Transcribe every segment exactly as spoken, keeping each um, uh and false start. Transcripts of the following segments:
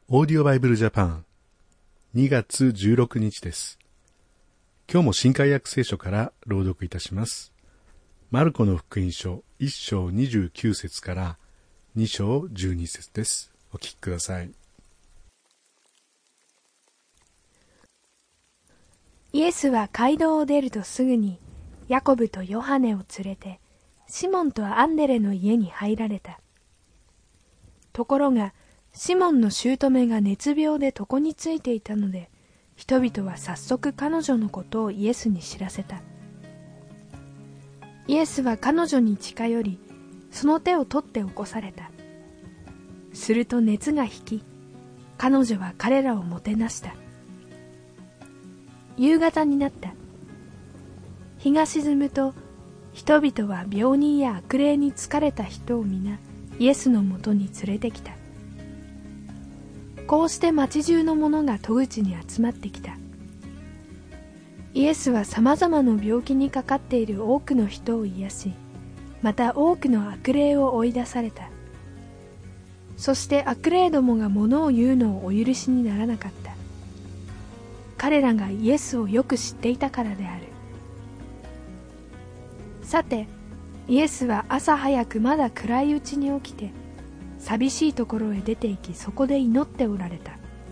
オーディオバイブルジャパンにがつじゅうろくにちです。今日も新海約聖書から朗読いたします。マルコの福音書いっしょうにじゅうきゅうせつからにしょうじゅうにせつです。お聞きください。 イエスは街道を出るとすぐにヤコブとヨハネを連れてシモンとアンデレの家に入られた。ところがシモンの姑が熱病で床についていたので、人々は早速彼女のことをイエスに知らせた。イエスは彼女に近寄り、その手を取って起こされた。すると熱が引き、彼女は彼らをもてなした。夕方になった。日が沈むと、人々は病人や悪霊に疲れた人を皆イエスのもとに連れてきた。こうして町中の者が戸口に集まってきた。イエスはさまざまな病気にかかっている多くの人を癒し、また多くの悪霊を追い出された。そして悪霊どもが物を言うのをお許しにならなかった。彼らがイエスをよく知っていたからである。さて、イエスは朝早くまだ暗いうちに起きて、寂しいところへ出て行き、そこで祈っておられた。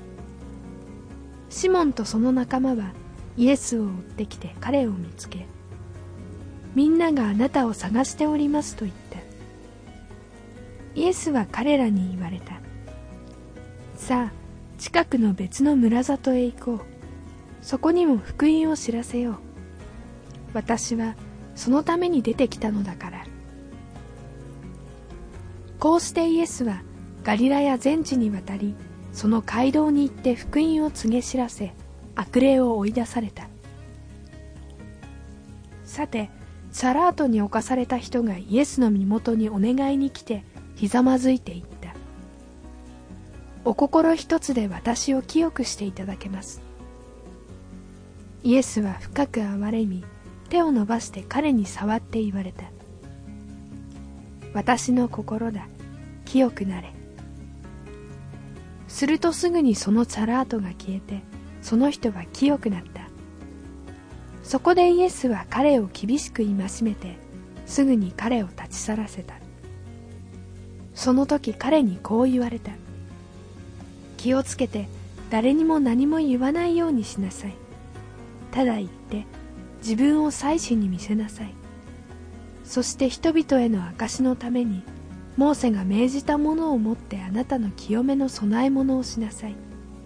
シモンとその仲間はイエスを追ってきて彼を見つけ、みんながあなたを探しておりますと言った。イエスは彼らに言われた。さあ、近くの別の村里へ行こう。そこにも福音を知らせよう。私はそのために出てきたのだから。こうしてイエスはガリラヤ全地に渡り、その街道に行って福音を告げ知らせ、悪霊を追い出された。さて、サラートに侵された人がイエスの身元にお願いに来て、ひざまずいて言った。お心一つで私を清くしていただけます。イエスは深く憐れみ、手を伸ばして彼に触って言われた。私の心だ。清くなれ。するとすぐにそのサラートが消えて、その人は清くなった。そこでイエスは彼を厳しく戒めて、すぐに彼を立ち去らせた。その時彼にこう言われた。気をつけて誰にも何も言わないようにしなさい。ただ言って自分を祭司に見せなさい。そして人々への証のためにモーセが命じたものを持ってあなたの清めの供え物をしなさい。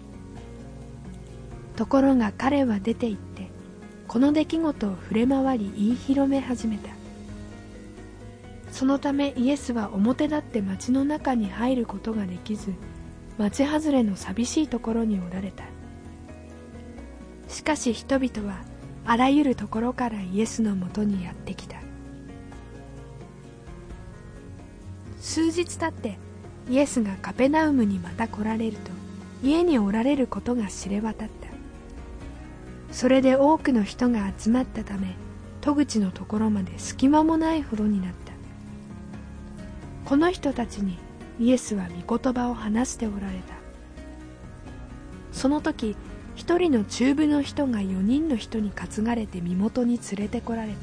ところが彼は出て行ってこの出来事を触れ回り言い広め始めた。そのためイエスは表立って町の中に入ることができず、町外れの寂しいところにおられた。しかし人々はあらゆるところからイエスのもとにやってきた。数日経ってイエスがカペナウムにまた来られると、家におられることが知れ渡った。それで多くの人が集まったため、戸口のところまで隙間もないほどになった。この人たちにイエスは御言葉を話しておられた。その時一人の中部の人が四人の人に担がれて身元に連れてこられた。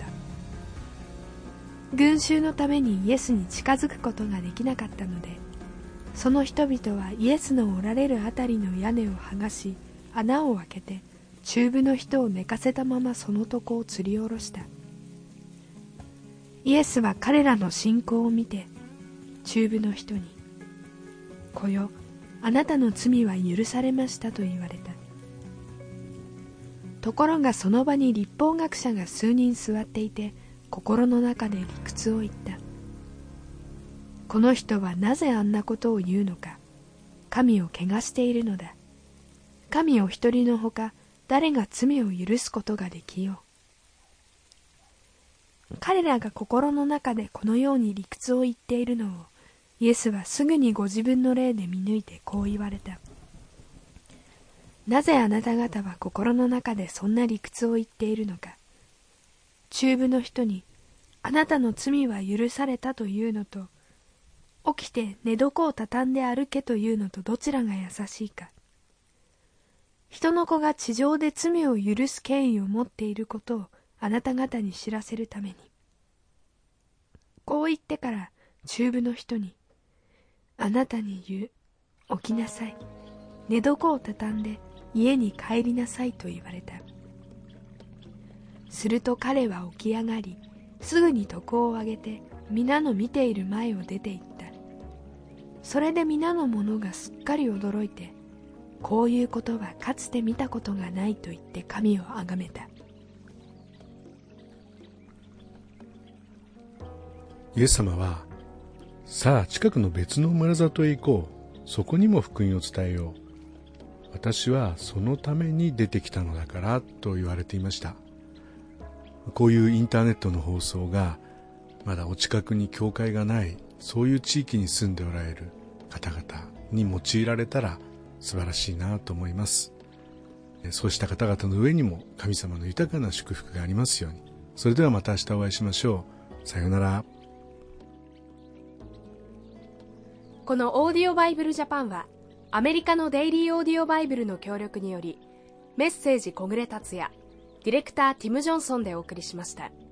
群衆のためにイエスに近づくことができなかったので、その人々はイエスのおられるあたりの屋根を剥がし、穴を開けて中部の人を寝かせたままその床を吊り下ろした。イエスは彼らの信仰を見て中部の人に、こよ、あなたの罪は許されましたと言われた。ところがその場に律法学者が数人座っていて、心の中で理屈を言った。この人はなぜあんなことを言うのか。神を汚しているのだ。神お一人のほか誰が罪を許すことができよう。彼らが心の中でこのように理屈を言っているのをイエスはすぐにご自分の霊で見抜いてこう言われた。なぜあなた方は心の中でそんな理屈を言っているのか。中部の人にあなたの罪は許されたというのと、 起きて寝床を畳んで歩けというのとどちらが優しいか。人の子が地上で罪を許す権威を持っていることをあなた方に知らせるために。こう言ってから中部の人に、あなたに言う、起きなさい、寝床を畳んで家に帰りなさいと言われた。すると彼は起き上がり、すぐに床を上げて皆の見ている前を出て行った。それで皆の者がすっかり驚いて、こういうことはかつて見たことがないと言って神をあがめた。 イエス様は、さあ近くの別の村里へ行こう。そこにも福音を伝えよう。私はそのために出てきたのだからと言われていました。こういうインターネットの放送がまだお近くに教会がない、そういう地域に住んでおられる方々に用いられたら素晴らしいなと思います。そうした方々の上にも神様の豊かな祝福がありますように。それではまた明日お会いしましょう。さようなら。 このオーディオバイブルジャパンはアメリカのデイリーオーディオバイブルの協力により、メッセージ小暮達也、ディレクターティム・ジョンソンでお送りしました。